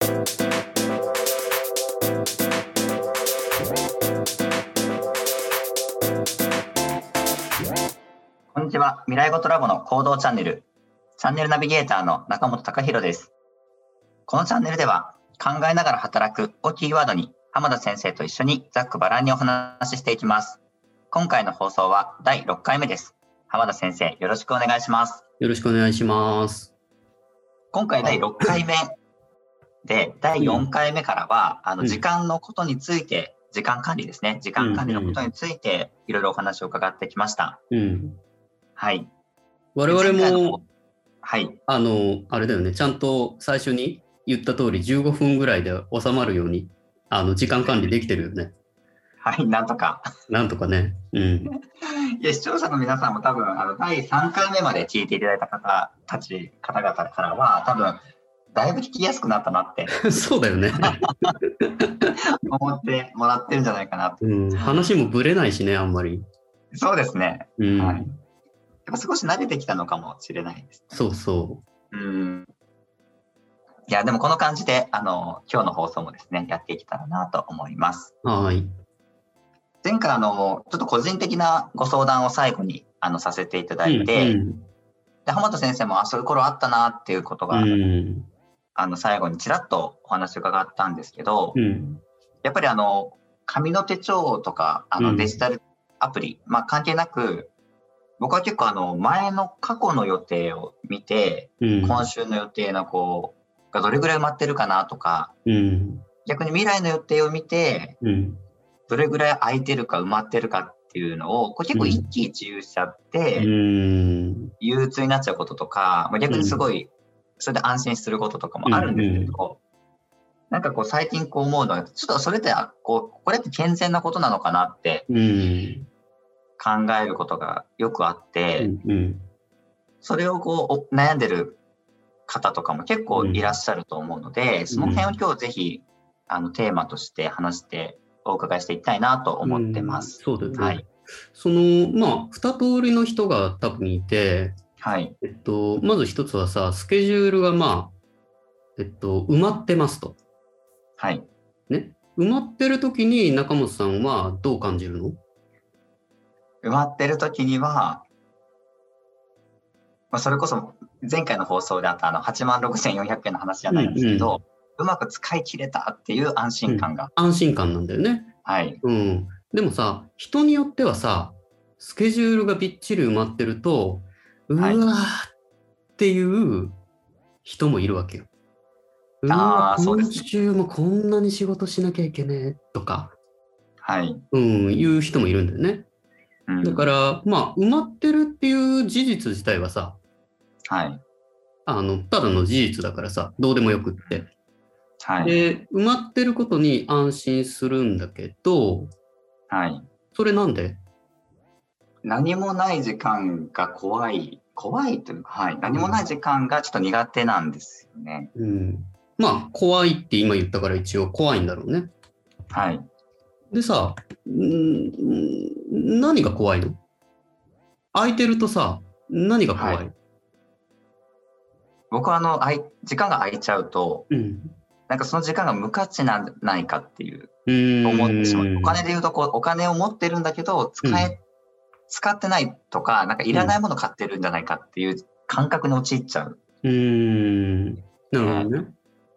こんにちは。未来ごとラボの行動チャンネルナビゲーターの中本貴弘です。このチャンネルでは、考えながら働くをキーワードに浜田先生と一緒にざっくばらんにお話ししていきます。今回の放送は第6回目です。浜田先生、よろしくお願いします。 よろしくお願いします。 今回第6回目で、第4回目からは、時間のことについて、時間管理ですね。時間管理のことについて、いろいろお話を伺ってきました。はい。 我々も、 はい。 あれだよね、ちゃんと最初に言った通り15分ぐらいで収まるように、時間管理できてるよね。 はい、なんとか。 なんとかね。いや、視聴者の皆さんも多分、第3回目まで聞いていただいた方々からは、多分、だいぶ聞きやすくなったなってそうだよね思ってもらってるんじゃないかなと、 話もぶれないしね、あんまり。 そうですね、 はい、 やっぱ少し慣れてきたのかもしれないです。 そうそう。 いや、でもこの感じで今日の放送もですね、やっていけたらなと思います。 はい。 前回ちょっと個人的なご相談を最後にさせていただいて、で浜田先生もそういう頃あったなっていうことが、最後にちらっとお話を伺ったんですけど、やっぱり紙の手帳とかデジタルアプリ、関係なく、僕は結構過去の予定を見て、今週の予定のがどれぐらい埋まってるかなとか、逆に未来の予定を見て、どれぐらい空いてるか埋まってるかっていうのを結構一喜一憂しちゃって、憂鬱になっちゃうこととか、逆にすごいそれで安心することとかもあるんですけど、なんか最近思うのは、ちょっとそれってこれって健全なことなのかなって考えることがよくあって、それを悩んでる方とかも結構いらっしゃると思うので、その辺を今日ぜひテーマとして話してお伺いしていきたいなと思ってます。 そうだよね。はい、2通りの人が多分いて、 はい。 まず一つはさ、スケジュールが埋まってますと。 はい。 ね。埋まってる時に中本さんはどう感じるの？ 埋まってる時には、それこそ前回の放送であった86,400円の話じゃないんですけど、うまく使い切れたっていう安心感が。 安心感なんだよね。 はい。 でもさ、人によってはさ、スケジュールがびっちり埋まってると、うわーっていう人もいるわけよ。今週もこんなに仕事しなきゃいけねえとか、いう人もいるんだよね。だから、埋まってるっていう事実自体はさ、ただの事実だからさ、どうでもよくって。で、埋まってることに安心するんだけど、それなんで？ 何もない時間が怖いというか、何もない時間がちょっと苦手なんですよね。 怖いって今言ったから一応怖いんだろうね。でさ、何が怖いの？空いてるとさ、何が怖い？ 僕は時間が空いちゃうと、なんかその時間が無価値なんないかっていう思ってしまう。お金で言うとお金を持ってるんだけど使ってないとか、なんかいらないもの買ってるんじゃないかっていう感覚に陥っちゃう。 なるほどね。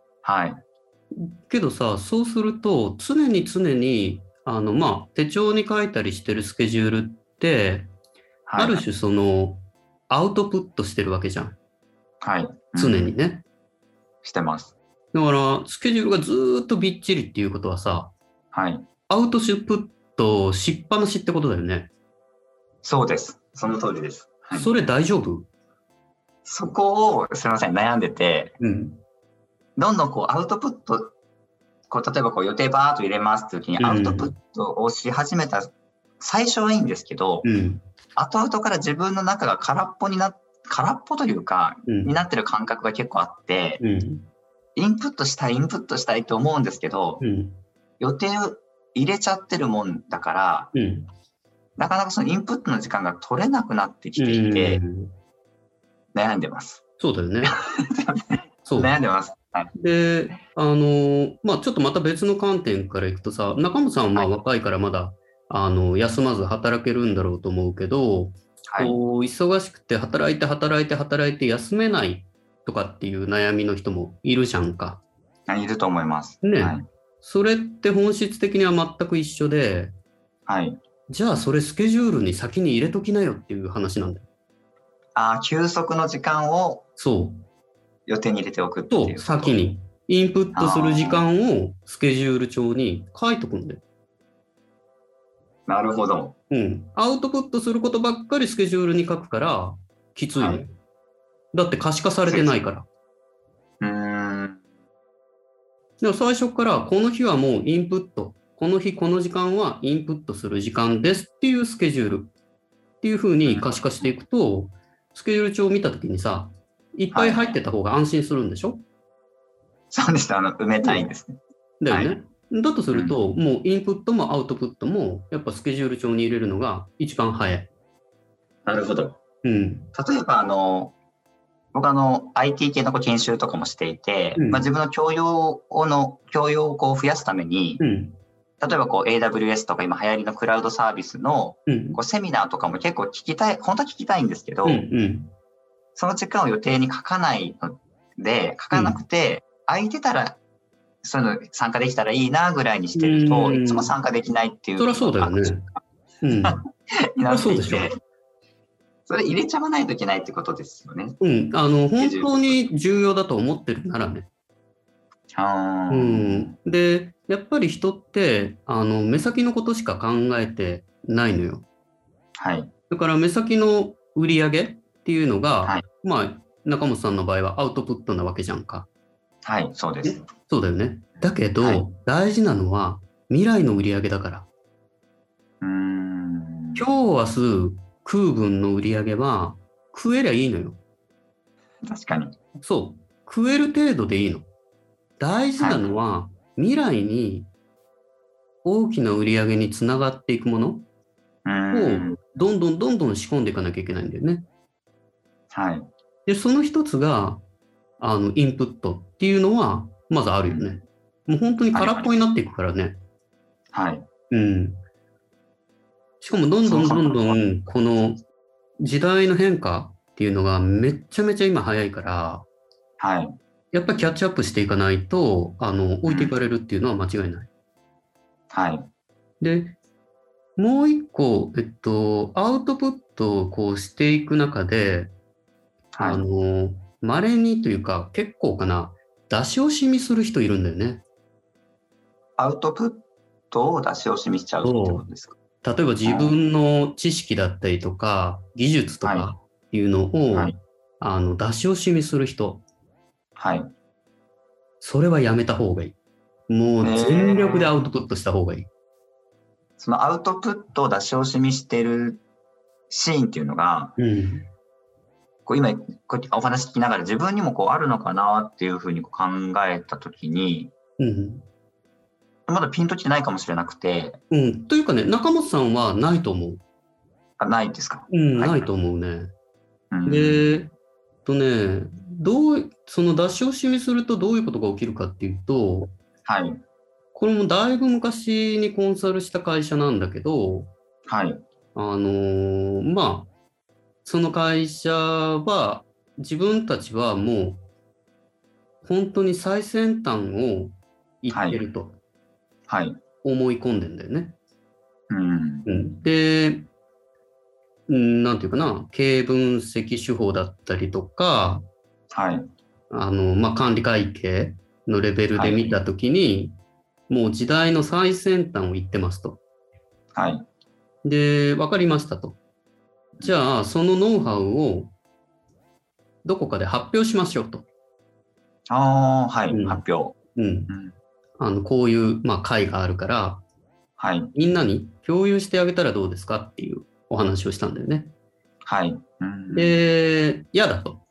けどさ、そうすると常に手帳に書いたりしてるスケジュールって、ある種アウトプットしてるわけじゃん。常にね。 してます。 だからスケジュールがずーっとびっちりっていうことはさ、アウトプットしっぱなしってことだよね。 そうです。その通りです。 それ大丈夫？ そこをすみません悩んでて、どんどんアウトプット例えば予定バーっと入れますって時にアウトプットをし始めた最初はいいんですけど、後々から自分の中が空っぽというか、になってる感覚が結構あって、インプットしたいと思うんですけど、予定を入れちゃってるもんだから、なかなかそのインプットの時間が取れなくなってきていて、悩んでます。 そうだよね。 悩んでます。 で、まあ、ちょっとまた別の観点からいくとさ、中本さんはまあ若いからまだ、休まず働けるんだろうと思うけど、 はい。 こう忙しくて働いて休めないとかっていう悩みの人もいるじゃんか。 いると思います。はね。 い。 それって本質的には全く一緒で、 はい。 じゃあそれスケジュールに先に入れときなよっていう話なんだよ。 休息の時間をそう。 予定に入れておくってと、 いうこと。 先にインプットする時ああ、 間をスケジュール帳に書いとくんだよ。 なるほど。 うん。アウトプットすることばっかりスケジュールに書くから、きついのよ。 はい。 だって可視化されてないから。 うーん。 でも最初からこの日はもうインプット。この日この時間はインプットする時間ですっていうスケジュールっていう風に可視化していくと、スケジュール帳を見たときにさ、いっぱい入ってた方が安心するんでしょ？ そうです。埋めたいんですね。 だよね。だとすると、もうインプットもアウトプットも、やっぱスケジュール帳に入れるのが一番早い。 なるほど。 うん。 例えば、僕IT 系の研修とかもしていて、 うん、 自分の教養をこう増やすために、 うん、 例えばAWS とか今流行りのクラウドサービスのセミナーとかも結構聞きたい、本当は聞きたいんですけど、 うん、 その時間を予定に書かないので、書かなくて、空いてたら、そういうの参加できたらいいなぐらいにしてると、いつも参加できないっていうそりゃそうだよね。うん。 になっていそりゃそうでて、それ入れちゃわないといけないってことですよね。 うん。本当に重要だと思ってるならね。うん。で、やっぱり人って、目先のことしか考えてないのよ。 はい。 だから目先の売り上げっていうのが、 はい。 まあ、中本さんの場合はアウトプットなわけじゃんか。 はい、そうです。 そうだよね。だけど、 はい、 大事なのは未来の売り上げだから。 今今日明日食う分の売り上げは食えりゃいいのよ。 確かに。 そう。食える程度でいいの。大事なのは、はい、未来に大きな売り上げにつながっていくものをどんどん仕込んでいかなきゃいけないんだよね。 はい。 で、その一つが、インプットっていうのは、まずあるよね。もう本当に空っぽになっていくからね。 はい。 うん。しかもどんどん、この時代の変化っていうのがめっちゃめちゃ今早いから、 はい。 やっぱりキャッチアップしていかないと、置いていかれるっていうのは間違いない。 はい。 で、もう一個、アウトプットをこうしていく中で、はい、稀にというか、結構かな、出し惜しみする人いるんだよね。 アウトプットを出し惜しみしちゃうってことですか？ 例えば自分の知識だったりとか、技術とかっていうのを、はい、出し惜しみする人。 はい。 それはやめた方がいい。もう全力でアウトプットした方がいい。 そのアウトプットを出し惜しみしてるシーンっていうのが、こう今こうやってお話聞きながら自分にもこうあるのかなっていうふうに考えたときに、まだピンときてないかもしれなくて。 というかね、中本さんはないと思う。 ないですか？ ないと思うね。で、その出し惜しみするとどういうことが起きるかっていうと、 はい。 これもだいぶ昔にコンサルした会社なんだけど、 はい。 まあ、その会社は自分たちはもう本当に最先端を行ってると思い込んでんだよね。で、なんていうかな、経営分析手法だったりとか、 はい。 管理会計のレベルで見たときに、もう時代の最先端を言ってますと。 はい。 で、分かりましたと。じゃあ、そのノウハウをどこかで発表しましょうと。 はい、発表。 こういう、会があるから、 はい。 みんなに共有してあげたらどうですかっていうお話をしたんだよね。 はい。 で、嫌だと。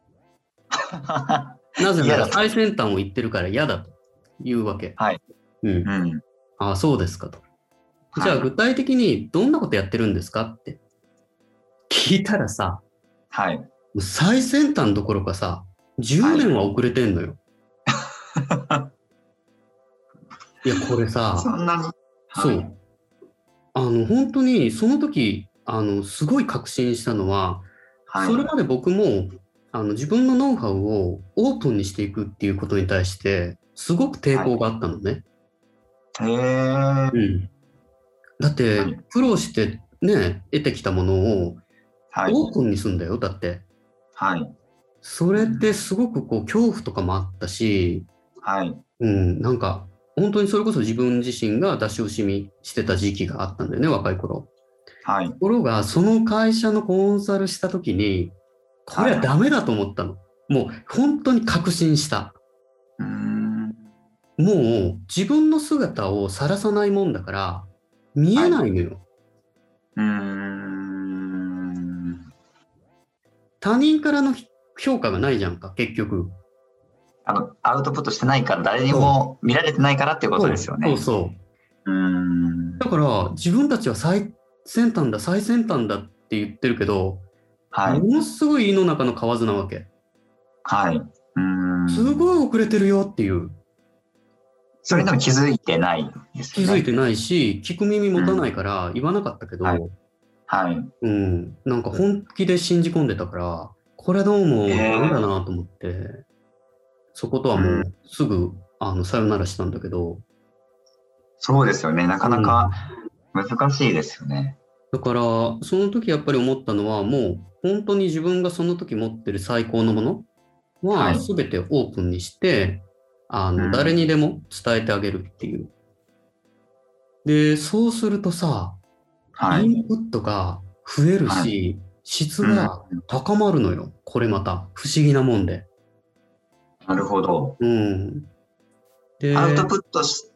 なぜなら最先端を言ってるから嫌だというわけ。 はい。 ああ、そうですかと。じゃあ具体的にどんなことやってるんですかって聞いたらさ、 はい。 最先端どころかさ、10年は遅れてんのよ。 いや、これさ、 そんなに、 そう。本当にその時、すごい確信したのは、 はい。 それまで僕も、自分のノウハウをオープンにしていくっていうことに対して、すごく抵はい。 抗があったのね。 へえ。 うん。だって、 はい。 苦労してね、得てきたものをはい。 オープンにするんだよ。だって。 はい。 それってすごくこう、恐怖とかもあったし、 はい。 うん、なんか、本当にそれこそ自分自身が出し惜しみしてた時期があったんだよね、若い頃。 はい。 ところが、その会社のコンサルした時に、これははい。 ダメだと思ったの。もう本当に確信した。 うーん。 もう自分の姿を晒さないもんだから、見えはい。 ないのよ。 うーん。 他人からの評価がないじゃんか、結局。 アウトプットしてないから誰にそう、 も見られてないからっていうことですよそうね。 そう。 うーん。 だから自分たちは最先端だ、最先端だって言ってるけど、 はい。 ものすごい胃の中の蛙なわけ。 はい。うーすごいん。 遅れてるよっていう。でもそれでも気づいてないですよね。 気づいてないし、聞く耳持たないうん。 から言わなかったけはい。 ど、 はい。 うん、なんか本気で信じ込んでたから、これどうもへダメだえ。 なと思って、そことはうん。 もうすぐさよならしたんだけど、 そうですよね。なかなかうん、 難しいですよね。 だからその時やっぱり思ったのは、もう本当に自分がその時持ってる最高のものははい。 全てオープンにして、誰うん。 にでも伝えてあげるっていう。で、そうするとさ、 はい。 インプットが増えるはい。 し、質うん。 が高まるのよ。これまた不思議なもんで。 なるほど。 うん。 アウトで、 プットして、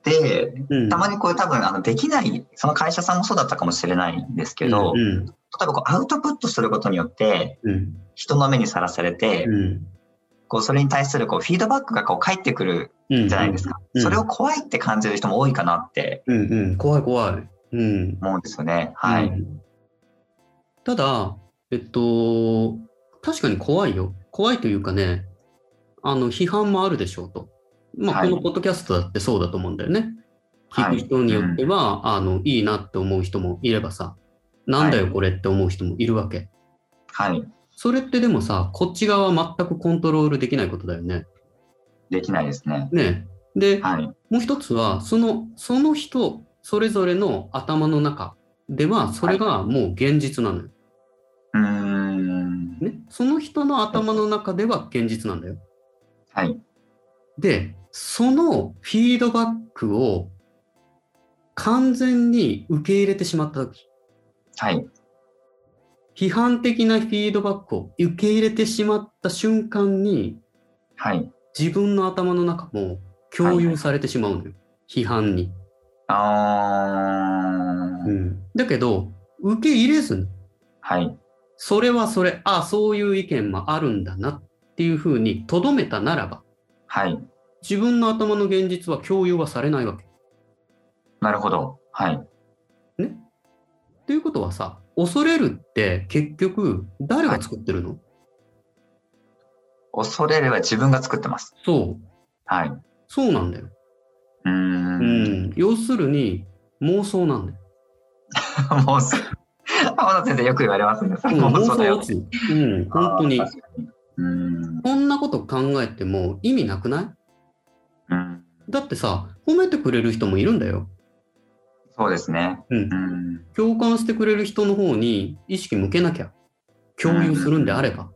うん、 たまにこれ多分できない、その会社さんもそうだったかもしれないんですけうん、 ど、 うん、 例えばこうアウトプットすることによって、 うん、 人の目にさらされて、 うん、 こうそれに対するこうフィードバックがこう返ってくるうん、 じゃないですか。 うん、 それを怖いって感じる人も多いかなってうん、うん、怖い怖い。うん、 思うんですよね。 うはい。 ん。ただ、確かに怖いよ。怖いというかね、批判もあるでしょうと。まあ、 はい。 このポッドキャストだってそうだと思うんだよね。聞はい。 く人によってうん。 は、いいなって思う人もいればさ、なんはい。 だよこれって思う人もいるわけ。 はい。 それってでもさ、こっち側は全くコントロールできないことだよね。 できないですね。 ねえ。で、 はい。 もう一つは、その人、それぞれの頭の中では、そはい。 れがもう現実なのよ。 うーん。 ね。その人のはい。 頭の中では現実なんだよ。 はい。 で、そのフィードバックを完全に受け入れてしまったとき、 はい。 批判的なフィードバックを受け入れてしまった瞬間に、 はい。 自分の頭の中もはい。 共有されてしまうのよ。批判に。うあん。だけど、受け入れずに、 はい。 それはそれ、ああ、そういう意見もあるんだなっていうふうに留めたならば、 はい。 自分の頭の現実は共有はされないわけ。 なるほど。はい。 ね。っていうことはさ、恐れるって結局誰がはい。 作ってるの？ 恐れれば自分が作ってます。 そう。 はい。 そうなんだよ。 うーうん。 ん。要するに妄想なんだよ。 もう浜田先生よく言われますね。それうん、妄妄想だよって。 想を打つ。うん、本ああ、 当に。 確かに。うーん。 こんなこと考えても意味なくない？ うん。 だってさ、褒めてくれる人もいるんだよ。 そうですね。 うん。 うん。 共感してくれる人の方に意識向けなきゃ。 うん。 共有するんであれば。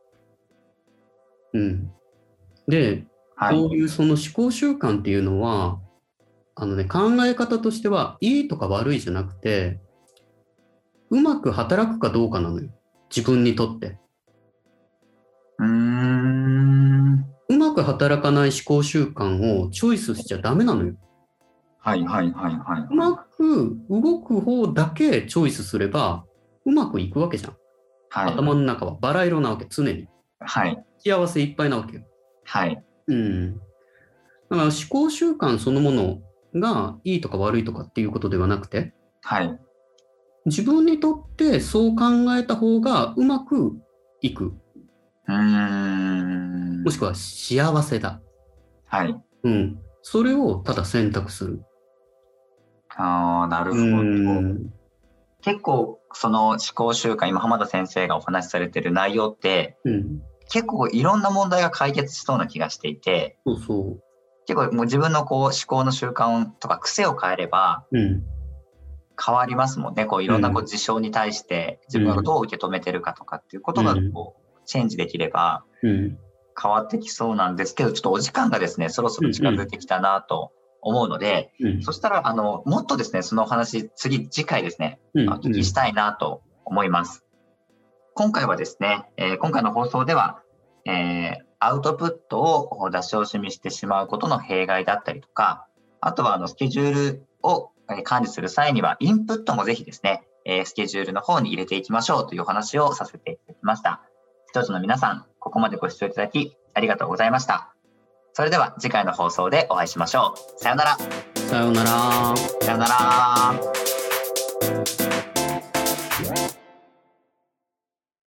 うん。で、 はい。 こういうその思考習慣っていうのは、考え方としては、いいとか悪いじゃなくて、うまく働くかどうかなのよ。自分にとって。 うーん。 うまく働かない思考習慣をチョイスしちゃダメなのよ。 はいはいはいはいうまく動く方だけチョイスすれば、うまくいくわけじゃん。 はい。はい。 頭の中はバラ色なわけ、常に。 はい。 幸せいっぱいなわけよ。 はい。 うん。だから思考習慣そのものがいいとか悪いとかっていうことではなくて、 はい。 自分にとってそう考えた方がうまくいく。 うーん。 もしくは幸せだ。 はい。 うん。それをただ選択する。 ああ、なるほど。結構その思考習慣、今浜田先生がお話しされている内容って、結構いろんな問題が解決しそうな気がしていて、 そうそう。 結構もう自分のこう思考の習慣とか癖を変えれば変わりますもんね。こういろんなこう事象に対して自分がどう受け止めてるかとかっていうことがこうチェンジできれば変わってきそうなんですけど、ちょっとお時間がですね、そろそろ近づいてきたなと思うので、そしたらもっとですね、そのお話次回ですね、お聞きしたいなと思います。今回はですね、今回の放送では、アウトプットを出し惜しみしてしまうことの弊害だったりとか、あとはスケジュールを管理する際にはインプットもぜひですね、スケジュールの方に入れていきましょうというお話をさせていただきました。視聴者の皆さん、ここまでご視聴いただきありがとうございました。それでは次回の放送でお会いしましょう。さようなら。 さようなら。 さようなら。